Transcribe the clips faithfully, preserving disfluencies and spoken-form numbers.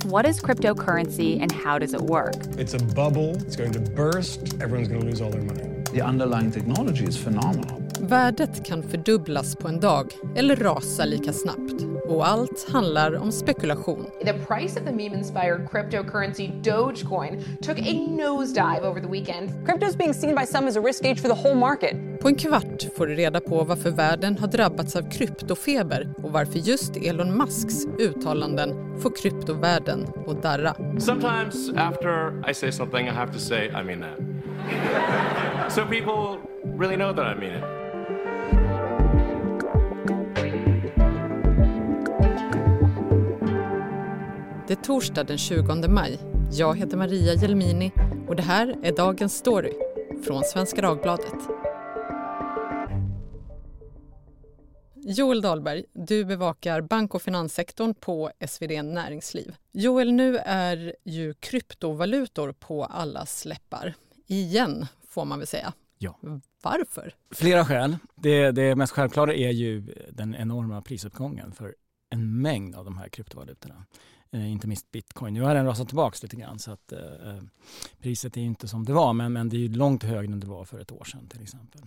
what is cryptocurrency and how does it work? It's a bubble. It's going to burst. Everyone's going to lose all their money. The underlying technology is phenomenal. Värdet kan fördubblas på en dag eller rasa lika snabbt. Och allt handlar om spekulation. The price of the meme-inspired cryptocurrency Dogecoin took a nosedive over the weekend. Crypto is being seen by some as a risk gauge for the whole market. På en kvart får du reda på varför världen har drabbats av kryptofeber och varför just Elon Musks uttalanden får kryptovärlden att darra. Sometimes after I say something I have to say I mean that. So people really know that I mean it. Det är torsdag den tjugonde maj. Jag heter Maria Jelmini och det här är dagens story från Svenska Dagbladet. Joel Dahlberg, du bevakar bank- och finanssektorn på S V D Näringsliv. Joel, nu är ju kryptovalutor på allas läppar. Igen, får man väl säga. Ja. Varför? Flera skäl. Det, det mest självklara är ju den enorma prisuppgången för en mängd av de här kryptovalutorna. Eh, inte minst bitcoin. Nu har den rasat tillbaka lite grann så att eh, priset är inte som det var, men, men det är ju långt högre än det var för ett år sedan till exempel.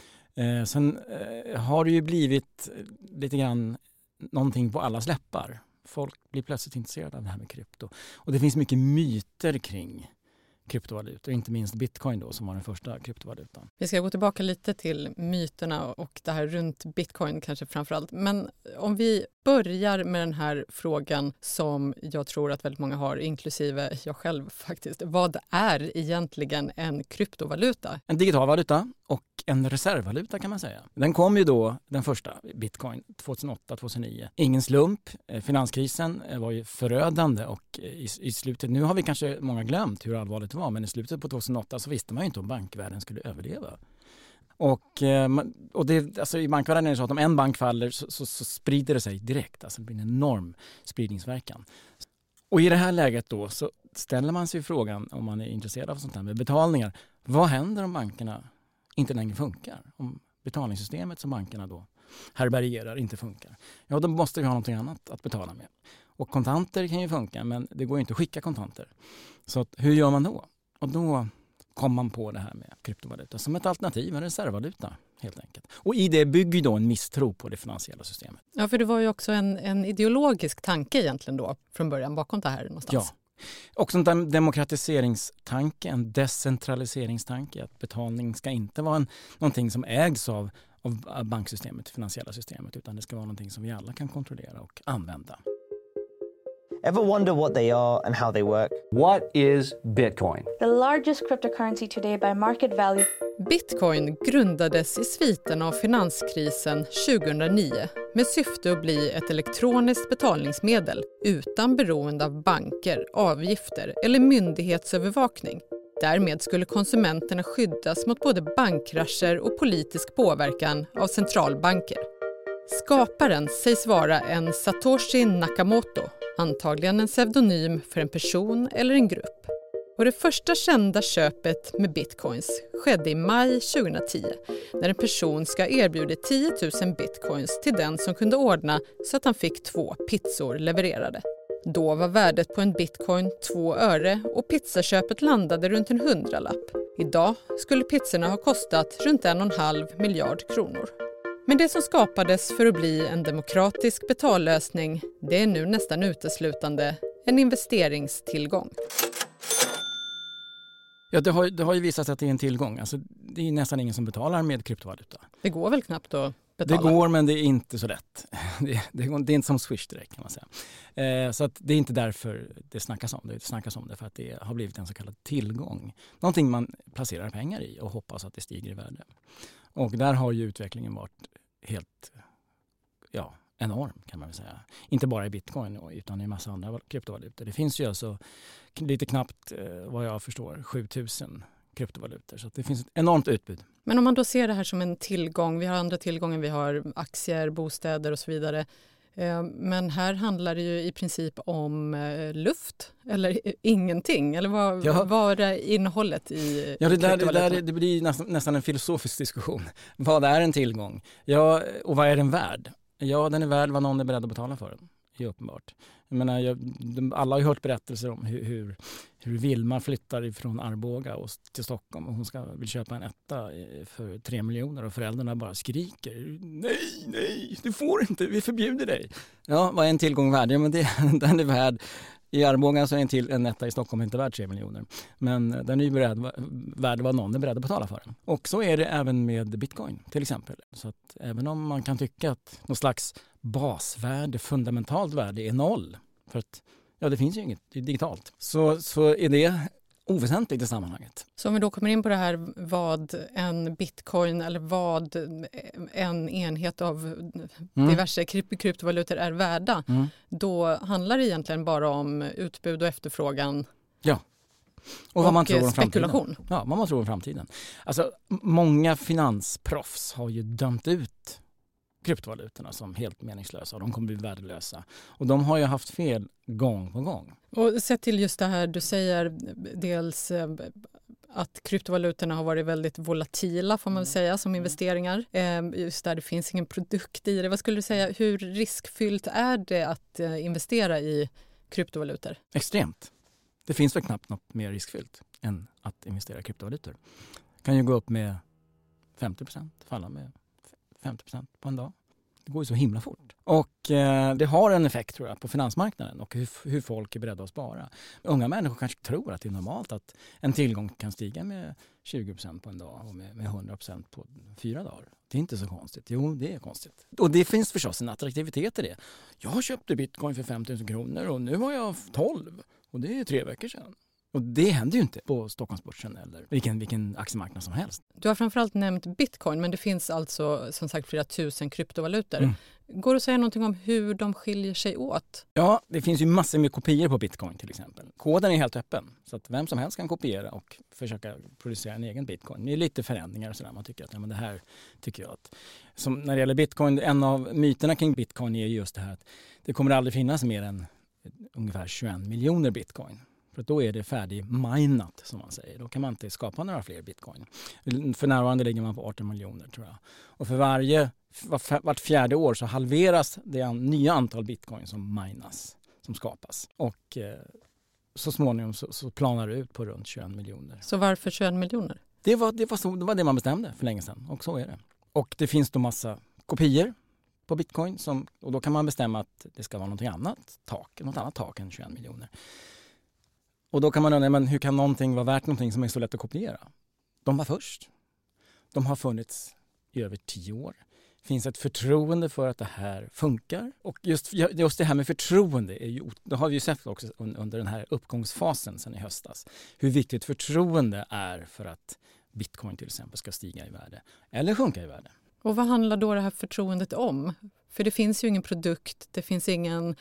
Eh, sen eh, har det ju blivit lite grann någonting på allas läppar. Folk blir plötsligt intresserade av det här med krypto. Och det finns mycket myter kring kryptovalutor, inte minst bitcoin då som var den första kryptovalutan. Vi ska gå tillbaka lite till myterna och det här runt bitcoin kanske framförallt. Men om vi börjar med den här frågan som jag tror att väldigt många har, inklusive jag själv faktiskt. Vad är egentligen en kryptovaluta? En digital valuta och en reservvaluta kan man säga. Den kom ju då, den första, bitcoin, tjugohundraåtta tjugohundranio. Ingen slump. Finanskrisen var ju förödande och i, i slutet, nu har vi kanske många glömt hur allvarligt det var, men i slutet på tjugohundraåtta så visste man ju inte om bankvärlden skulle överleva. Och, och det, alltså i bankvärlden är det så att om en bank faller så, så, så sprider det sig direkt. Alltså det blir en enorm spridningsverkan. Och i det här läget då så ställer man sig frågan, om man är intresserad av sånt här med betalningar, vad händer om bankerna inte längre funkar? Om betalningssystemet som bankerna då härbärgerar inte funkar. Ja, då måste vi ha något annat att betala med. Och kontanter kan ju funka, men det går ju inte att skicka kontanter. Så att, hur gör man då? Och då kom man på det här med kryptovaluta som ett alternativ, en reservvaluta helt enkelt. Och i det bygger då en misstro på det finansiella systemet. Ja, för det var ju också en, en ideologisk tanke egentligen då från början bakom det här någonstans. Ja. Också en demokratiseringstanke, en decentraliseringstanke, att betalning ska inte vara en, någonting som ägs av, av banksystemet, det finansiella systemet, utan det ska vara någonting som vi alla kan kontrollera och använda. Ever wonder what they are and how they work? What is Bitcoin? The largest cryptocurrency today by market value. Bitcoin grundades i sviten av finanskrisen tjugohundranio med syfte att bli ett elektroniskt betalningsmedel utan beroende av banker, avgifter eller myndighetsövervakning. Därmed skulle konsumenterna skyddas mot både bankkrascher och politisk påverkan av centralbanker. Skaparen sägs vara en Satoshi Nakamoto, antagligen en pseudonym för en person eller en grupp. Och det första kända köpet med bitcoins skedde i maj tjugohundratio när en person ska erbjuda tio tusen bitcoins till den som kunde ordna så att han fick två pizzor levererade. Då var värdet på en bitcoin två öre och pizzaköpet landade runt en hundralapp. Idag skulle pizzorna ha kostat runt en och en halv miljard kronor. Men det som skapades för att bli en demokratisk betallösning, det är nu nästan uteslutande en investeringstillgång. Ja, det har, det har ju visat sig att det är en tillgång. Alltså, det är nästan ingen som betalar med kryptovaluta. Det går väl knappt att betala? Det går, men det är inte så lätt. Det, det, det är inte som Swish direkt kan man säga. Eh, så att det är inte därför det snackas om det. Det snackas om det för att det har blivit en så kallad tillgång. Någonting man placerar pengar i och hoppas att det stiger i värde. Och där har ju utvecklingen varit helt ja, enorm kan man väl säga. Inte bara i bitcoin utan i massa andra kryptovalutor. Det finns ju alltså lite knappt vad jag förstår sjutusen kryptovalutor. Så att det finns ett enormt utbud. Men om man då ser det här som en tillgång, vi har andra tillgångar, vi har aktier, bostäder och så vidare. Men här handlar det ju i princip om luft eller ingenting. Eller vad, ja. vad är innehållet i ja, det, där, det, där, det blir nästan, nästan en filosofisk diskussion. Vad är en tillgång? Ja, och vad är den värd? Ja, den är värd vad någon är beredd att betala för den. är uppenbart. Jag menar, jag, de, alla har ju hört berättelser om hur, hur, hur Vilma flyttar ifrån Arboga och till Stockholm och hon ska, vill köpa en etta för tre miljoner och föräldrarna bara skriker nej, nej, du får inte, vi förbjuder dig. Ja, vad är en tillgång värd? Ja, men det, den är värd. I Arboga så är en, till, en etta i Stockholm inte värd tre miljoner. Men den är ju beredd, värd vad någon är beredd att betala för den. Och så är det även med bitcoin till exempel. Så att även om man kan tycka att någon slags basvärde, fundamentalt värde är noll. För att ja, det finns ju inget, det är digitalt. Så, så är det oväsentligt i sammanhanget. Så om vi då kommer in på det här vad en bitcoin eller vad en enhet av mm. diverse kryp- kryptovalutor är värda, mm. då handlar det egentligen bara om utbud och efterfrågan. Ja. Och, och vad man tror om spekulation. Framtiden. Ja, vad man tror om framtiden. Alltså, många finansproffs har ju dömt ut kryptovalutorna som helt meningslösa och de kommer bli värdelösa. Och de har ju haft fel gång på gång. Och sett till just det här, du säger dels att kryptovalutorna har varit väldigt volatila får man väl säga som investeringar. Just där det finns ingen produkt i det. Vad skulle du säga, hur riskfyllt är det att investera i kryptovalutor? Extremt. Det finns väl knappt något mer riskfyllt än att investera i kryptovalutor. Det kan ju gå upp med femtio procent, falla med femtio procent på en dag. Det går ju så himla fort. Och eh, det har en effekt tror jag på finansmarknaden och hur, hur folk är beredda att spara. Unga människor kanske tror att det är normalt att en tillgång kan stiga med tjugo procent på en dag och med, med hundra procent på fyra dagar. Det är inte så konstigt. Jo, det är konstigt. Och det finns förstås en attraktivitet i det. Jag köpte bitcoin för fem tusen kronor och nu har jag tolv. Och det är tre veckor sedan. Och det händer ju inte på Stockholmsbörsen eller vilken, vilken aktiemarknad som helst. Du har framförallt nämnt bitcoin, men det finns alltså som sagt flera tusen kryptovalutor. Mm. Går det att säga någonting om hur de skiljer sig åt? Ja, det finns ju massor med kopior på bitcoin till exempel. Koden är helt öppen så att vem som helst kan kopiera och försöka producera en egen bitcoin. Det är lite förändringar och sådär. Man tycker att ja, men det här tycker jag att... Som när det gäller bitcoin, en av myterna kring bitcoin är just det här att det kommer aldrig finnas mer än ungefär tjugoen miljoner bitcoin. För då är det färdig minat som man säger. Då kan man inte skapa några fler bitcoin. För närvarande ligger man på arton miljoner tror jag. Och för varje, vart fjärde år så halveras det nya antal bitcoin som minas, som skapas. Och eh, så småningom så, så planar det ut på runt tjugoen miljoner. Så varför tjugoen miljoner? Det var det, var så, det var det man bestämde för länge sedan och så är det. Och det finns då massa kopior på bitcoin som, och då kan man bestämma att det ska vara något annat tak, något annat tak än tjugoen miljoner. Och då kan man undra, men hur kan någonting vara värt någonting som är så lätt att kopiera? De var först. De har funnits i över tio år. Det finns ett förtroende för att det här funkar. Och just, just det här med förtroende, är ju, det har vi ju sett också under den här uppgångsfasen sedan i höstas. Hur viktigt förtroende är för att bitcoin till exempel ska stiga i värde. Eller sjunka i värde. Och vad handlar då det här förtroendet om? För det finns ju ingen produkt, det finns ingen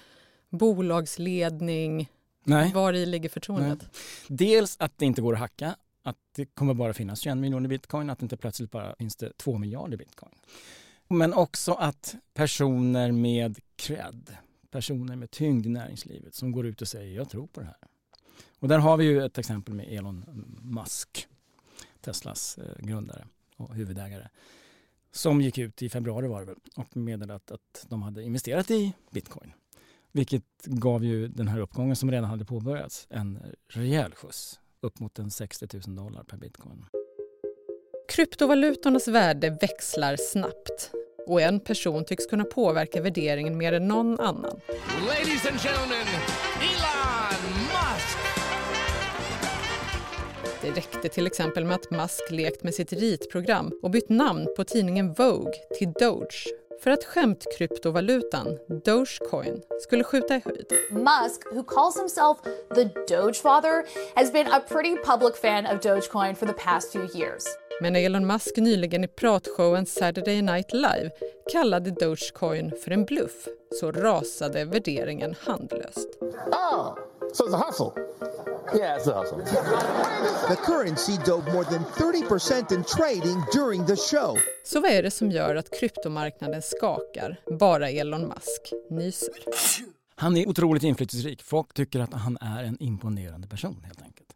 bolagsledning. Nej. Var i ligger förtroendet? Nej. Dels att det inte går att hacka, att det kommer bara finnas tjugoen miljoner bitcoin, att det inte plötsligt bara finns det två miljarder bitcoin. Men också att personer med cred, personer med tyngd i näringslivet som går ut och säger jag tror på det här. Och där har vi ju ett exempel med Elon Musk, Teslas grundare och huvudägare, som gick ut i februari var det väl, och meddelade att, att de hade investerat i bitcoin. Vilket gav ju den här uppgången som redan hade påbörjats en rejäl skjuts upp mot en sextio tusen dollar per bitcoin. Kryptovalutornas värde växlar snabbt och en person tycks kunna påverka värderingen mer än någon annan. Ladies and gentlemen, Elon Musk! Det räckte till exempel med att Musk lekt med sitt ritprogram och bytt namn på tidningen Vogue till Doge för att skämtkryptovalutan Dogecoin skulle skjuta i höjd. Musk, who calls himself the Doge father, has been a pretty public fan of Dogecoin for the past few years. Men Elon Musk nyligen i pratshowen Saturday Night Live kallade Dogecoin för en bluff, så rasade värderingen handlöst. Oh, so it's a hustle. Yeah, it's a hustle. The currency dove more than thirty percent in trading during the show. Så vad är det som gör att kryptomarknaden skakar? Bara Elon Musk nyser. Han är otroligt inflytelserik. Folk tycker att han är en imponerande person helt enkelt.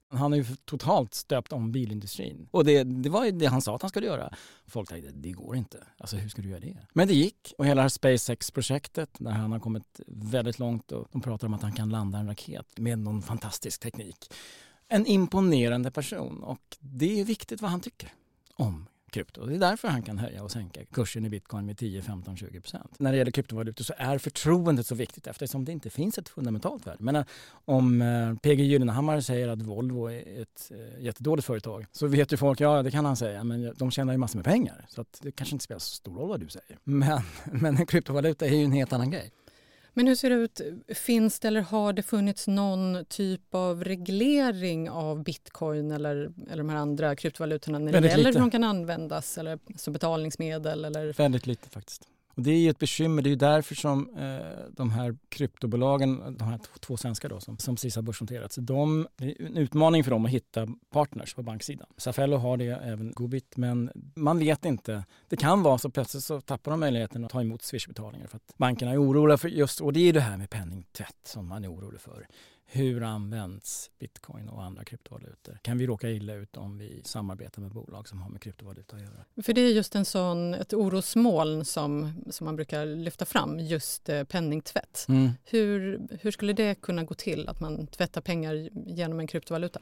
Han har ju totalt stöpt om bilindustrin. Och det, det var ju det han sa att han skulle göra. Folk tänkte, det går inte. Alltså hur ska du göra det? Men det gick. Och hela det här SpaceX-projektet där han har kommit väldigt långt och de pratar om att han kan landa en raket med någon fantastisk teknik. En imponerande person och det är viktigt vad han tycker om krypto. Det är därför han kan höja och sänka kursen i bitcoin med tio, femton, tjugo procent. När det gäller kryptovalutor så är förtroendet så viktigt eftersom det inte finns ett fundamentalt värde. Men om P G Gyllenhammar säger att Volvo är ett jättedåligt företag så vet ju folk, ja det kan han säga, men de tjänar ju massor med pengar. Så att det kanske inte spelar så stor roll vad du säger. Men, men en kryptovaluta är ju en helt annan grej. Men hur ser det ut? Finns det eller har det funnits någon typ av reglering av bitcoin eller, eller de här andra kryptovalutorna när det gäller hur de kan användas eller som betalningsmedel? Eller? Väldigt lite faktiskt. Och det är ju ett bekymmer. Det är ju därför som eh, de här kryptobolagen, de här två svenska då, som, som precis har börsnoterats, de, det är en utmaning för dem att hitta partners på banksidan. Safello har det, även Gobit, men man vet inte. Det kan vara så plötsligt så tappar de möjligheten att ta emot Swish-betalningar för att bankerna är oroliga för just, och det är det här med penningtvätt som man är orolig för. Hur används bitcoin och andra kryptovalutor? Kan vi råka illa ut om vi samarbetar med bolag som har med kryptovaluta att göra? För det är just en sån, ett orosmoln som, som man brukar lyfta fram, just eh, penningtvätt. Mm. Hur, hur skulle det kunna gå till att man tvättar pengar genom en kryptovaluta?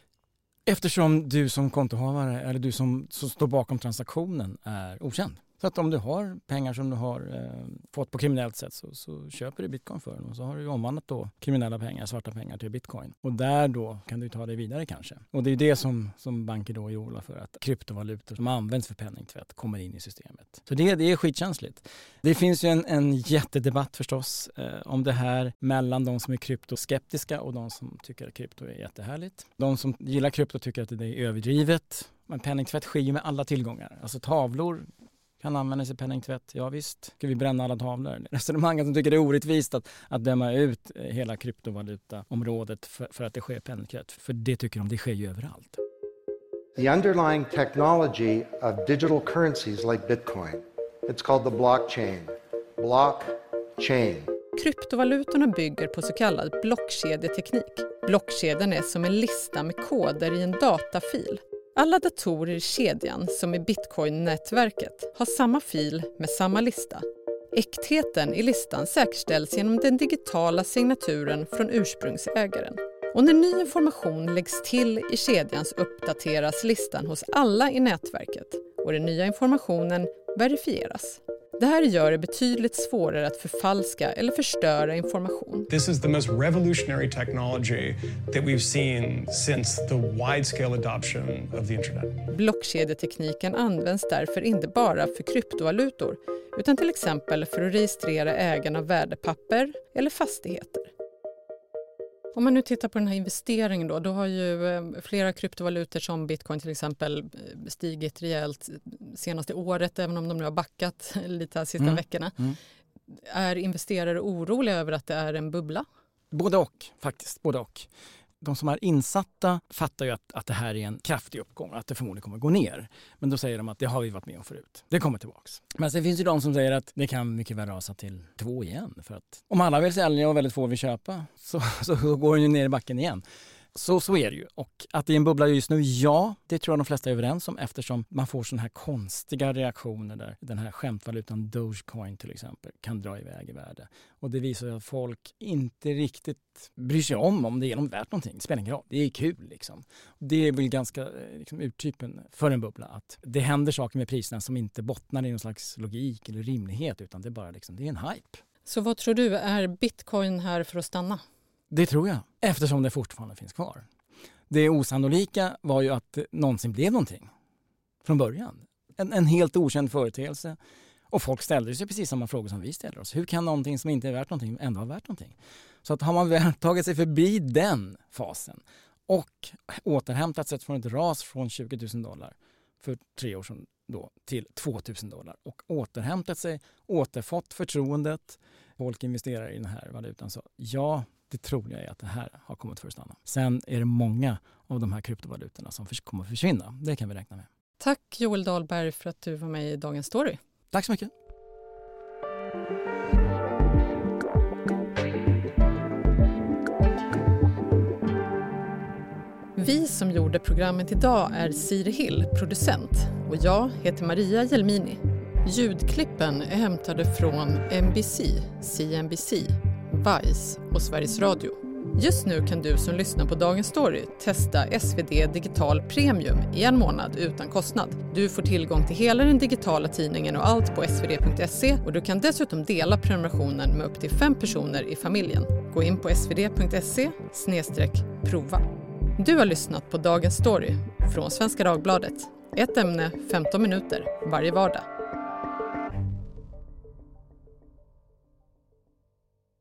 Eftersom du som kontohavare eller du som, som står bakom transaktionen är okänd. Så att om du har pengar som du har eh, fått på kriminellt sätt så, så köper du bitcoin för den och så har du omvandlat då kriminella pengar, svarta pengar till bitcoin. Och där då kan du ta det vidare kanske. Och det är det som, som banker då är oroliga för, att kryptovalutor som används för penningtvätt kommer in i systemet. Så det, det är skitkänsligt. Det finns ju en, en jättedebatt förstås eh, om det här mellan de som är kryptoskeptiska och de som tycker att krypto är jättehärligt. De som gillar krypto tycker att det är överdrivet. Men penningtvätt sker ju med alla tillgångar. Alltså tavlor kan användas i penningtvätt, ja visst. Ska vi bränna alla tavlor? Resonemanget som tycker det är orättvist att, att döma ut hela kryptovalutaområdet för, för att det sker penningtvätt. För det tycker de, det sker ju överallt. The underlying technology of digital currencies like Bitcoin, it's called the blockchain. Blockchain. Kryptovalutorna bygger på så kallad blockkedjeteknik. Blockkedjan är som en lista med koder i en datafil. Alla datorer i kedjan, som i Bitcoin-nätverket, har samma fil med samma lista. Äktheten i listan säkerställs genom den digitala signaturen från ursprungsägaren. Och när ny information läggs till i kedjan så uppdateras listan hos alla i nätverket och den nya informationen verifieras. Det här gör det betydligt svårare att förfalska eller förstöra information. This is the most revolutionary technology that we've seen since the wide-scale adoption of the internet. Blockkedjetekniken används därför inte bara för kryptovalutor utan till exempel för att registrera ägarna av värdepapper eller fastigheter. Om man nu tittar på den här investeringen då, då har ju flera kryptovalutor som bitcoin till exempel stigit rejält senaste året, även om de nu har backat lite här sista mm. veckorna. Mm. Är investerare oroliga över att det är en bubbla? Både och, faktiskt. Både och. De som är insatta fattar ju att, att det här är en kraftig uppgång, att det förmodligen kommer gå ner. Men då säger de att det har vi varit med om förut. Det kommer tillbaks. Men sen finns ju de som säger att det kan mycket väl rasa till två igen. För att om alla vill sälja och väldigt få vill köpa så, så går den ju ner i backen igen. Så, så är det ju. Och att det är en bubbla just nu, ja, det tror jag de flesta är överens om eftersom man får sådana här konstiga reaktioner där den här skämtvalutan Dogecoin till exempel kan dra iväg i värde. Och det visar att folk inte riktigt bryr sig om om det är något värt någonting. Det spelar ingen roll, det är kul liksom. Det är väl ganska liksom, uttypen för en bubbla att det händer saker med priserna som inte bottnar i någon slags logik eller rimlighet utan det är bara liksom, det är en hype. Så vad tror du, är bitcoin här för att stanna? Det tror jag, eftersom det fortfarande finns kvar. Det osannolika var ju att det någonsin blev någonting från början. En, en helt okänd företeelse. Och folk ställde sig precis samma frågor som vi ställer oss. Hur kan någonting som inte är värt någonting ändå vara värt någonting? Så att har man väl tagit sig förbi den fasen och återhämtat sig från ett ras från tjugo tusen dollar för tre år sedan då, till två tusen dollar och återhämtat sig, återfått förtroendet, folk investerar i den här valutan så ja, det tror jag är att det här har kommit för att stanna. Sen är det många av de här kryptovalutorna som kommer att försvinna. Det kan vi räkna med. Tack Joel Dahlberg för att du var med i Dagens Story. Tack så mycket. Vi som gjorde programmet idag är Siri Hill, producent, och jag heter Maria Jelmini. Ljudklippen är hämtade från N B C, C N B C, Vice och Sveriges Radio. Just nu kan du som lyssnar på Dagens Story testa S V D Digital Premium i en månad utan kostnad. Du får tillgång till hela den digitala tidningen och allt på s v d punkt se, och du kan dessutom dela prenumerationen med upp till fem personer i familjen. Gå in på s v d punkt se snedstreck prova. Du har lyssnat på Dagens Story från Svenska Dagbladet. Ett ämne, femton minuter, varje vardag.